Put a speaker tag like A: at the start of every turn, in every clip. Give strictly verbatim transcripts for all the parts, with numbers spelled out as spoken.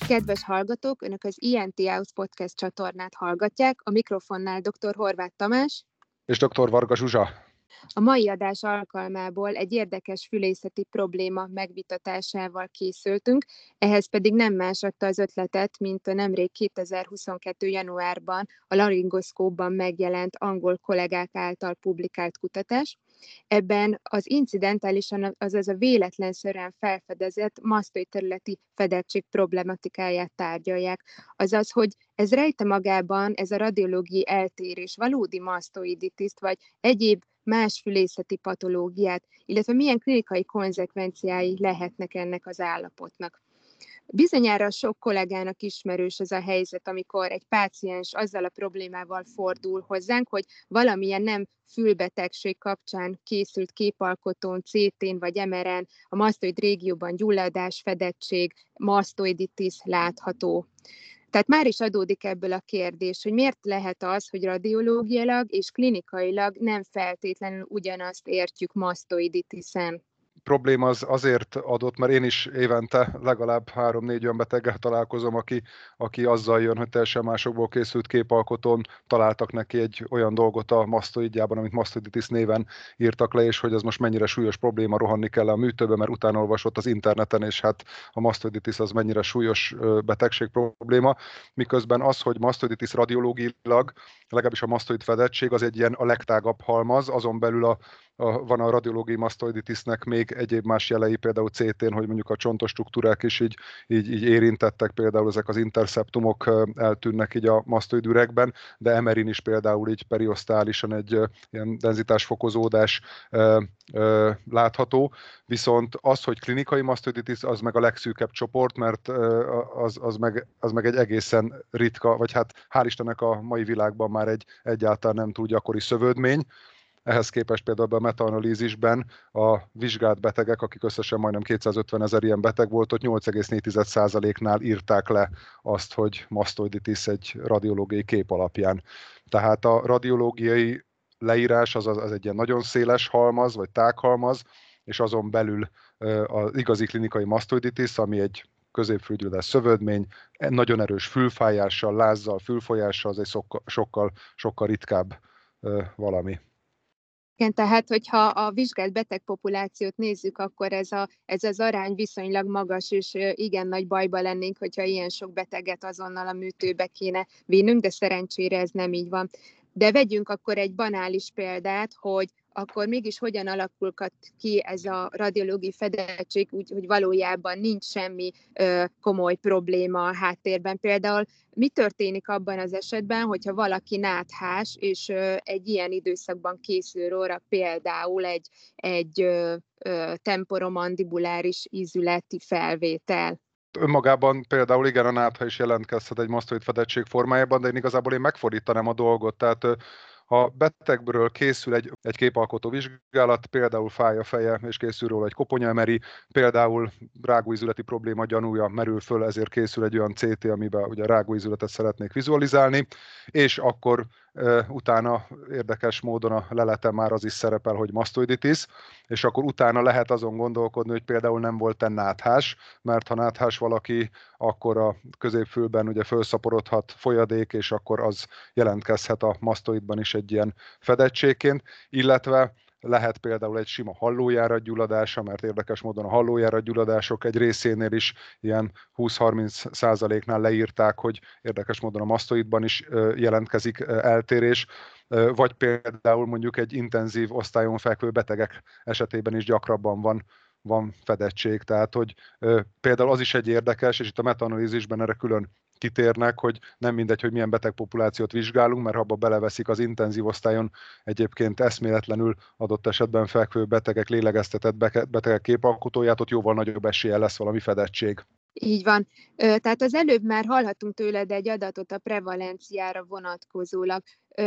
A: Kedves hallgatók, Önök az i en té House Podcast csatornát hallgatják, a mikrofonnál dr. Horváth Tamás
B: és dr. Varga Zsuzsa.
A: A mai adás alkalmából egy érdekes fülészeti probléma megvitatásával készültünk, ehhez pedig nem más adta az ötletet, mint a nemrég kétezer-huszonkettő. januárban a Laryngoszkópban megjelent angol kollégák által publikált kutatás. Ebben az incidentálisan, azaz a véletlenszerűen felfedezett masztoid területi fedettség problematikáját tárgyalják. Azaz, hogy ez rejte magában, ez a radiológiai eltérés valódi masztoiditiszt, vagy egyéb más fülészeti patológiát, illetve milyen klinikai konzekvenciái lehetnek ennek az állapotnak. Bizonyára sok kollégának ismerős ez a helyzet, amikor egy páciens azzal a problémával fordul hozzánk, hogy valamilyen nem fülbetegség kapcsán készült képalkotón, cé tén vagy em er en a masztoid régióban gyulladás, fedettség, masztoiditis látható. Tehát már is adódik ebből a kérdés, hogy miért lehet az, hogy radiológiailag és klinikailag nem feltétlenül ugyanazt értjük masztoiditisen.
B: Probléma az azért adott, mert én is évente legalább három-négy olyan beteggel találkozom, aki, aki azzal jön, hogy teljesen másokból készült képalkotón találtak neki egy olyan dolgot a masztoidjában, amit masztoiditis néven írtak le, és hogy ez most mennyire súlyos probléma, rohanni kell a műtőbe, mert utána olvasott az interneten, és hát a masztoiditis az mennyire súlyos betegség probléma, miközben az, hogy masztoiditis radiológiailag, legalábbis a masztoid fedettség az egy ilyen a legtágabb halmaz, azon belül a A, van a radiológiai masztoiditisnek még egyéb más jelei, például cé tén, hogy mondjuk a csontos struktúrák is így, így, így érintettek, például ezek az interszeptumok eltűnnek így a masztoid üregben, de em er en is például így periosztálisan egy ilyen denzitásfokozódás e, e, látható, viszont az, hogy klinikai masztoiditis, az meg a legszűkebb csoport, mert az, az, meg, az meg egy egészen ritka, vagy hát hál' Istennek a mai világban már egy egyáltalán nem túl gyakori szövődmény. Ehhez képest például a metaanalízisben a vizsgált betegek, akik összesen majdnem kétszázötven ezer ilyen beteg volt, ott nyolc egész négy százaléknál írták le azt, hogy masztoiditis egy radiológiai kép alapján. Tehát a radiológiai leírás az, az egy ilyen nagyon széles halmaz, vagy tághalmaz, és azon belül az igazi klinikai masztoiditis, ami egy középfülgyulladás szövődmény, nagyon erős fülfájással, lázzal, fülfolyással, az egy sokkal, sokkal, sokkal ritkább valami.
A: Igen, tehát, hogyha a vizsgált betegpopulációt nézzük, akkor ez, a, ez az arány viszonylag magas, és igen nagy bajba lennénk, hogyha ilyen sok beteget azonnal a műtőbe kéne vinnünk, de szerencsére ez nem így van. De vegyünk akkor egy banális példát, hogy akkor mégis hogyan alakulhat ki ez a radiológiai fedettség, úgy, hogy valójában nincs semmi ö, komoly probléma a háttérben. Például mi történik abban az esetben, hogyha valaki náthás, és ö, egy ilyen időszakban készül róla például egy, egy ö, ö, temporomandibuláris ízületi felvétel?
B: Önmagában például igen, a nátha is jelentkezhet egy masztoid fedettség formájában, de én igazából én megfordítanám a dolgot, tehát ha betegből készül egy, egy képalkotó vizsgálat, például fáj a feje, és készül róla egy koponyaemeri, például rágóízületi probléma gyanúja merül föl, ezért készül egy olyan cé té, amiben ugye a rágóízületet szeretnék vizualizálni, és akkor uh, utána érdekes módon a leleten már az is szerepel, hogy masztoiditis, és akkor utána lehet azon gondolkodni, hogy például nem volt-e náthás, mert ha náthás valaki, akkor a középfülben ugye felszaporodhat folyadék, és akkor az jelentkezhet a masztoidban is egy ilyen fedettségként, illetve lehet például egy sima hallójárat gyulladása, mert érdekes módon a hallójárat gyulladások egy részénél is ilyen húsz-harminc százaléknál leírták, hogy érdekes módon a masztoidban is jelentkezik eltérés, vagy például mondjuk egy intenzív osztályon fekvő betegek esetében is gyakrabban van van fedettség, tehát hogy ö, például az is egy érdekes, és itt a metaanalízisben erre külön kitérnek, hogy nem mindegy, hogy milyen betegpopulációt vizsgálunk, mert ha abba beleveszik az intenzív osztályon egyébként eszméletlenül adott esetben fekvő betegek, lélegeztetett betegek képalkotóját, ott jóval nagyobb eséllyel lesz valami fedettség.
A: Így van. Tehát az előbb már hallhattunk tőled egy adatot a prevalenciára vonatkozólag.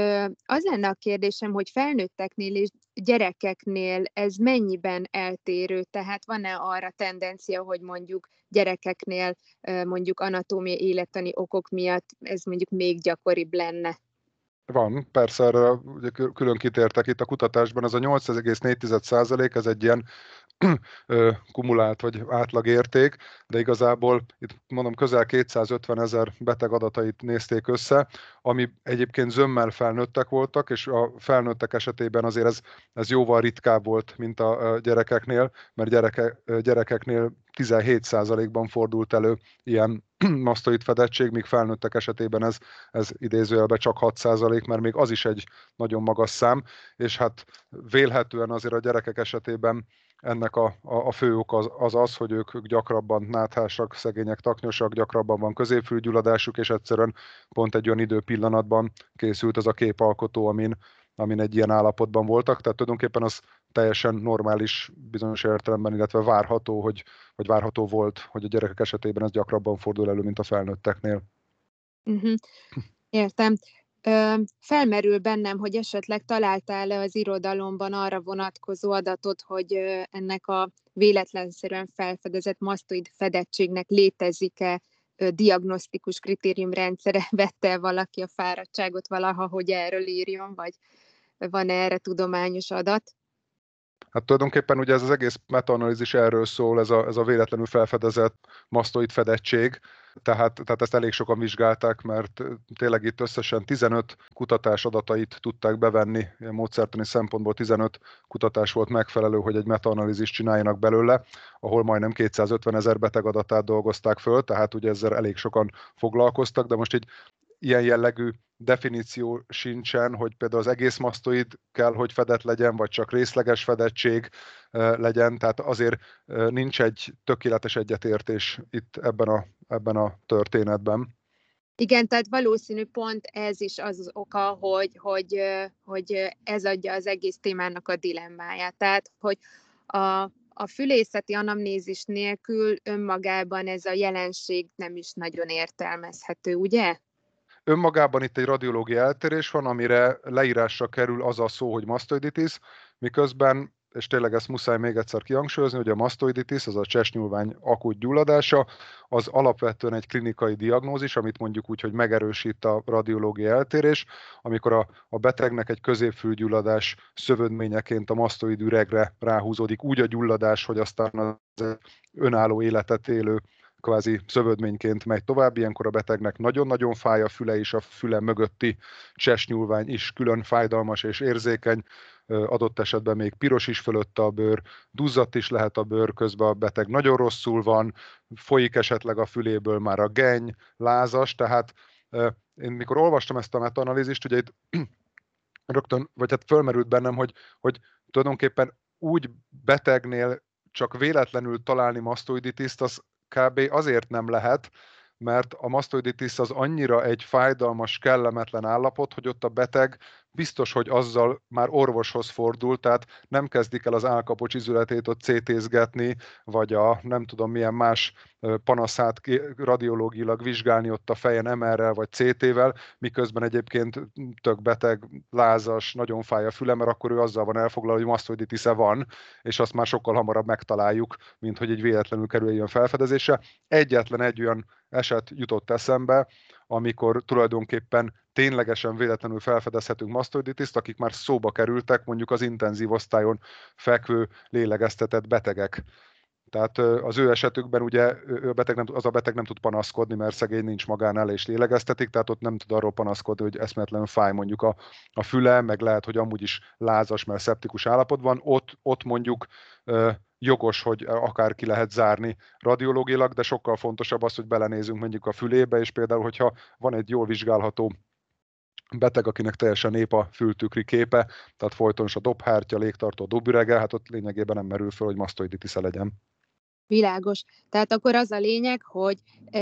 A: Az lenne a kérdésem, hogy felnőtteknél és gyerekeknél ez mennyiben eltérő? Tehát van-e arra tendencia, hogy mondjuk gyerekeknél mondjuk anatómiai élettani okok miatt ez mondjuk még gyakoribb lenne?
B: Van, persze erre ugye külön kitértek itt a kutatásban, ez a nyolc egész négy százalék, ez egy ilyen kumulált vagy átlagérték, de igazából itt mondom közel kétszázötvenezer beteg adatait nézték össze, ami egyébként zömmel felnőttek voltak, és a felnőttek esetében azért ez, ez jóval ritkább volt, mint a gyerekeknél, mert gyereke, gyerekeknél tizenhét százalékban fordult elő ilyen masztoid fedettség, míg felnőttek esetében ez, ez idézőjelben csak hat százalék, mert még az is egy nagyon magas szám, és hát vélhetően azért a gyerekek esetében ennek a, a, a fő ok az, az az, hogy ők, ők gyakrabban náthásak, szegények taknyosak, gyakrabban van középfülgyulladásuk, és egyszerűen pont egy olyan időpillanatban készült az a képalkotó, amin, amin egy ilyen állapotban voltak, tehát tulajdonképpen az teljesen normális bizonyos értelemben, illetve várható, hogy, hogy várható volt, hogy a gyerekek esetében ez gyakrabban fordul elő, mint a felnőtteknél.
A: Uh-huh. Értem. Ö, felmerül bennem, hogy esetleg találtál-e az irodalomban arra vonatkozó adatot, hogy ö, ennek a véletlenszerűen felfedezett masztoid fedettségnek létezik-e ö, diagnosztikus kritériumrendszere, vette valaki a fáradtságot valaha, hogy erről írjon, vagy van-e erre tudományos adat?
B: Hát tulajdonképpen ugye ez az egész metaanalízis erről szól, ez a, ez a véletlenül felfedezett masztoid fedettség, tehát, tehát ezt elég sokan vizsgálták, mert tényleg itt összesen tizenöt kutatás adatait tudták bevenni, ilyen módszertani szempontból tizenöt kutatás volt megfelelő, hogy egy metaanalízist csináljanak belőle, ahol majdnem kétszázötvenezer beteg adatát dolgozták föl, tehát ugye ezzel elég sokan foglalkoztak, de most így ilyen jellegű definíció sincsen, hogy például az egész masztoid kell, hogy fedett legyen, vagy csak részleges fedettség legyen, tehát azért nincs egy tökéletes egyetértés itt ebben a, ebben a történetben.
A: Igen, tehát valószínű pont ez is az, az oka, hogy, hogy, hogy ez adja az egész témának a dilemmáját. Tehát, hogy a, a fülészeti anamnézis nélkül önmagában ez a jelenség nem is nagyon értelmezhető, ugye?
B: Önmagában itt egy radiológiai eltérés van, amire leírásra kerül az a szó, hogy masztoiditis, miközben, és tényleg ezt muszáj még egyszer kihangsúlyozni, hogy a masztoiditis, az a csesnyúlvány akut gyulladása, az alapvetően egy klinikai diagnózis, amit mondjuk úgy, hogy megerősít a radiológiai eltérés, amikor a, a betegnek egy középfülgyulladás szövődményeként a masztoid üregre ráhúzódik úgy a gyulladás, hogy aztán az önálló életet élő kvázi szövődményként megy tovább, ilyenkor a betegnek nagyon-nagyon fáj a füle, és a füle mögötti csesnyúlvány is külön fájdalmas és érzékeny, adott esetben még piros is fölötte a bőr, duzzadt is lehet a bőr, közben a beteg nagyon rosszul van, folyik esetleg a füléből már a geny, lázas, tehát én mikor olvastam ezt a metaanalízist, ugye itt rögtön, vagy hát fölmerült bennem, hogy, hogy tulajdonképpen úgy betegnél csak véletlenül találni masztoiditiszt, az kb. Azért nem lehet, mert a masztoiditis az annyira egy fájdalmas, kellemetlen állapot, hogy ott a beteg biztos, hogy azzal már orvoshoz fordul, tehát nem kezdik el az állkapocs izületét ott cé té-zgetni, vagy a nem tudom milyen más panaszát radiológilag vizsgálni ott a fejen em er-rel vagy cé té-vel, miközben egyébként tök beteg, lázas, nagyon fáj a füle, mert akkor ő azzal van elfoglalva, hogy masztoiditis-e van, és azt már sokkal hamarabb megtaláljuk, mint hogy egy véletlenül kerüljön felfedezésre. Egyetlen egy olyan eset jutott eszembe, amikor tulajdonképpen ténylegesen véletlenül felfedezhetünk masztoiditiszt, akik már szóba kerültek, mondjuk az intenzív osztályon fekvő lélegeztetett betegek. Tehát az ő esetükben ugye a beteg nem, az a beteg nem tud panaszkodni, mert szegény nincs magánál és lélegeztetik, tehát ott nem tud arról panaszkodni, hogy eszméletlenül fáj mondjuk a, a füle, meg lehet, hogy amúgy is lázas, mert szeptikus állapotban. Ott, ott mondjuk jogos, hogy akár ki lehet zárni radiológilag, de sokkal fontosabb az, hogy belenézünk mondjuk a fülébe, és például, hogyha van egy jól vizsgálható beteg, akinek teljesen nép a fültükri képe, tehát folytonos a dobhártya, légtartó, dobürege, hát ott lényegében nem merül föl, hogy masztoiditis legyen.
A: Világos. Tehát akkor az a lényeg, hogy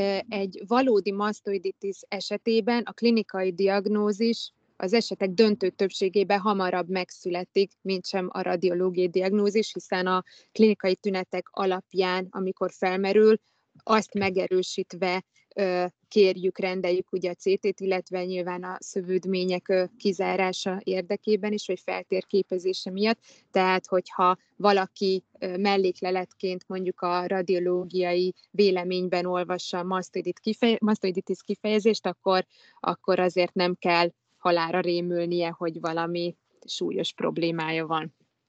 A: egy valódi masztoiditis esetében a klinikai diagnózis az esetek döntő többségében hamarabb megszületik, mint sem a radiológiai diagnózis, hiszen a klinikai tünetek alapján, amikor felmerül, azt megerősítve kérjük, rendeljük ugye a cé té-t, illetve nyilván a szövődmények kizárása érdekében is, vagy feltérképezése miatt. Tehát, hogyha valaki mellékleletként mondjuk a radiológiai véleményben olvassa a masztoiditis kifejezést, akkor, akkor azért nem kell halálra rémülnie, hogy valami súlyos problémája van.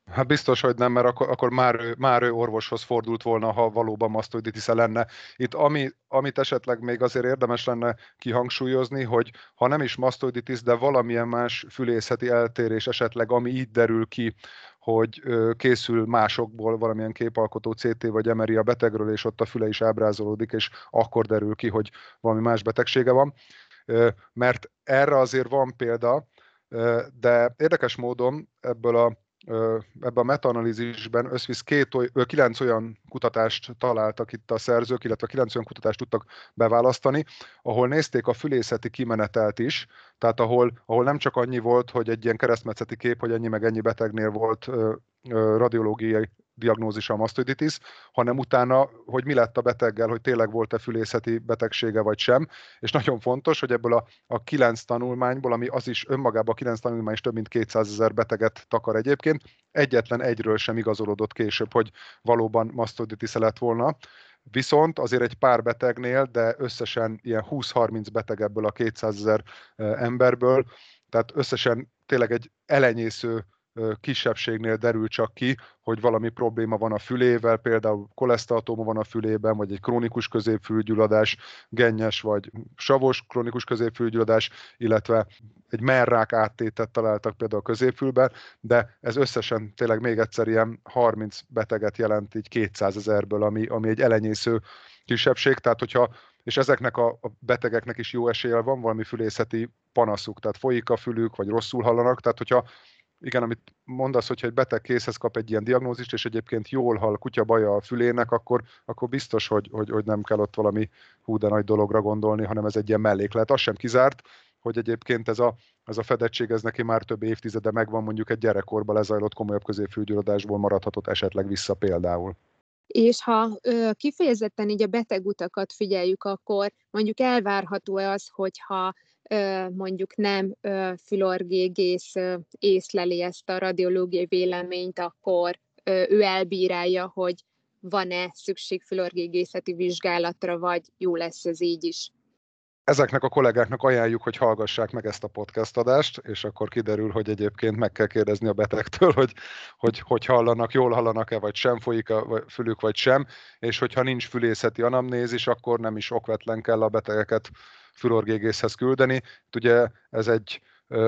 B: Hát biztos, hogy nem, mert akkor, akkor már, ő, már ő orvoshoz fordult volna, ha valóban masztoiditis-e lenne. Itt ami, amit esetleg még azért érdemes lenne kihangsúlyozni, hogy ha nem is masztoiditis, de valamilyen más fülészeti eltérés esetleg, ami így derül ki, hogy ö, készül másokból valamilyen képalkotó cé té vagy em er i a betegről, és ott a füle is ábrázolódik, és akkor derül ki, hogy valami más betegsége van. Ö, mert erre azért van példa, ö, de érdekes módon ebből a ebben a metaanalízisben összvisz két oly, kilenc olyan kutatást találtak itt a szerzők, illetve kilenc olyan kutatást tudtak beválasztani, ahol nézték a fülészeti kimenetelt is, tehát ahol, ahol nem csak annyi volt, hogy egy ilyen keresztmetszeti kép, hogy ennyi meg ennyi betegnél volt ö, ö, radiológiai diagnózisa a masztoiditis, hanem utána, hogy mi lett a beteggel, hogy tényleg volt-e fülészeti betegsége vagy sem, és nagyon fontos, hogy ebből a, a kilenc tanulmányból, ami az is önmagában a kilenc tanulmány is több mint kétszázezer beteget takar egyébként, egyetlen egyről sem igazolódott később, hogy valóban masztoiditis lett volna. Viszont azért egy pár betegnél, de összesen ilyen húsz-harminc beteg ebből a kétszázezer emberből, tehát összesen tényleg egy elenyésző kisebbségnél derül csak ki, hogy valami probléma van a fülével, például koleszteatóma van a fülében, vagy egy krónikus középfülgyulladás, gennyes vagy savos krónikus középfülgyulladás, illetve egy merrák áttétet találtak például a középfülben, de ez összesen tényleg még egyszer ilyen harminc beteget jelent így kétszázezerből, ami, ami egy elenyésző kisebbség, tehát hogyha és ezeknek a betegeknek is jó eséllyel van valami fülészeti panaszuk, tehát folyik a fülük, vagy rosszul hallanak, tehát hogyha igen, amit mondasz, hogyha egy beteg készhez kap egy ilyen diagnózist, és egyébként jól hall, kutya baja a fülének, akkor, akkor biztos, hogy, hogy, hogy nem kell ott valami hú de nagy dologra gondolni, hanem ez egy ilyen melléklet. Az sem kizárt, hogy egyébként ez a, ez a fedettség, ez neki már több évtizede megvan, mondjuk egy gyerekkorban lezajlott komolyabb középfülgyulladásból maradhatott esetleg vissza például.
A: És ha ö, kifejezetten így a betegutakat figyeljük, akkor mondjuk elvárható-e az, hogyha ö, mondjuk nem ö, fülorgégész ö, észleli ezt a radiológiai véleményt, akkor ö, ő elbírálja, hogy van-e szükség fülorgégészeti vizsgálatra, vagy jó lesz ez így is?
B: Ezeknek a kollégáknak ajánljuk, hogy hallgassák meg ezt a podcast adást, és akkor kiderül, hogy egyébként meg kell kérdezni a betegtől, hogy hogy, hogy hallanak, jól hallanak-e, vagy sem, folyik a fülük, vagy sem, és hogyha nincs fülészeti anamnézis, akkor nem is okvetlen kell a betegeket fülorgégészhez küldeni. Itt ugye ez egy,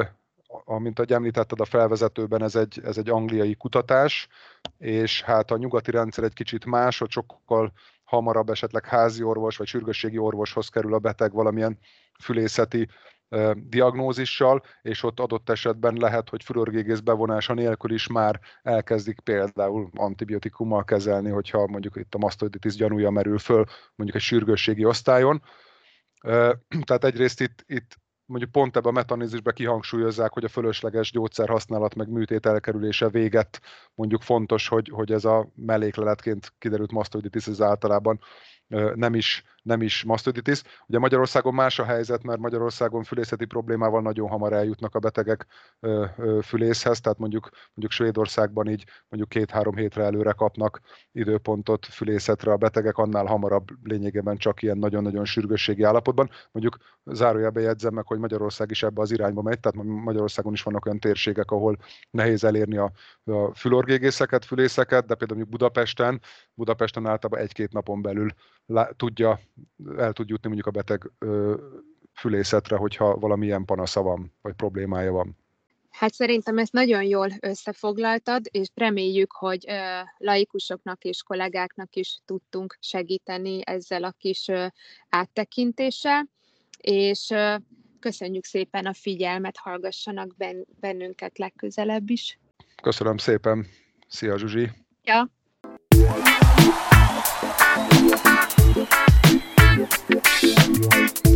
B: amint ahogy említetted a felvezetőben, ez egy, ez egy angliai kutatás, és hát a nyugati rendszer egy kicsit más, hogy sokkal hamarabb esetleg házi orvos vagy sürgősségi orvoshoz kerül a beteg valamilyen fülészeti eh, diagnózissal, és ott adott esetben lehet, hogy fülorgégész bevonása nélkül is már elkezdik például antibiotikummal kezelni, hogyha mondjuk itt a masztoiditis gyanúja merül föl, mondjuk egy sürgősségi osztályon. Eh, tehát egyrészt itt, itt mondjuk pont ebben a metaanalízisben kihangsúlyozzák, hogy a fölösleges gyógyszerhasználat meg műtét elkerülése véget mondjuk fontos, hogy, hogy ez a mellékleletként kiderült masztoiditis ez általában nem is, nem is masztoiditis. Ugye Magyarországon más a helyzet, mert Magyarországon fülészeti problémával nagyon hamar eljutnak a betegek fülészhez, tehát mondjuk, mondjuk Svédországban így mondjuk két-három hétre előre kapnak időpontot fülészetre a betegek, annál hamarabb lényegében csak ilyen nagyon-nagyon sürgősségi állapotban. Mondjuk zárójelben jegyzem meg, hogy Magyarország is ebbe az irányba megy, tehát Magyarországon is vannak olyan térségek, ahol nehéz elérni a, a fülorgégészeket, fülészeket, de például Budapesten, Budapesten általában egy-két napon belül tudja, el tud jutni mondjuk a beteg ö, fülészetre, hogyha valamilyen panasza van, vagy problémája van.
A: Hát szerintem ezt nagyon jól összefoglaltad, és reméljük, hogy ö, laikusoknak és kollégáknak is tudtunk segíteni ezzel a kis ö, áttekintéssel, és ö, köszönjük szépen a figyelmet, hallgassanak ben, bennünket legközelebb is.
B: Köszönöm szépen, szia Zsuzsi!
A: Ja. Thank you.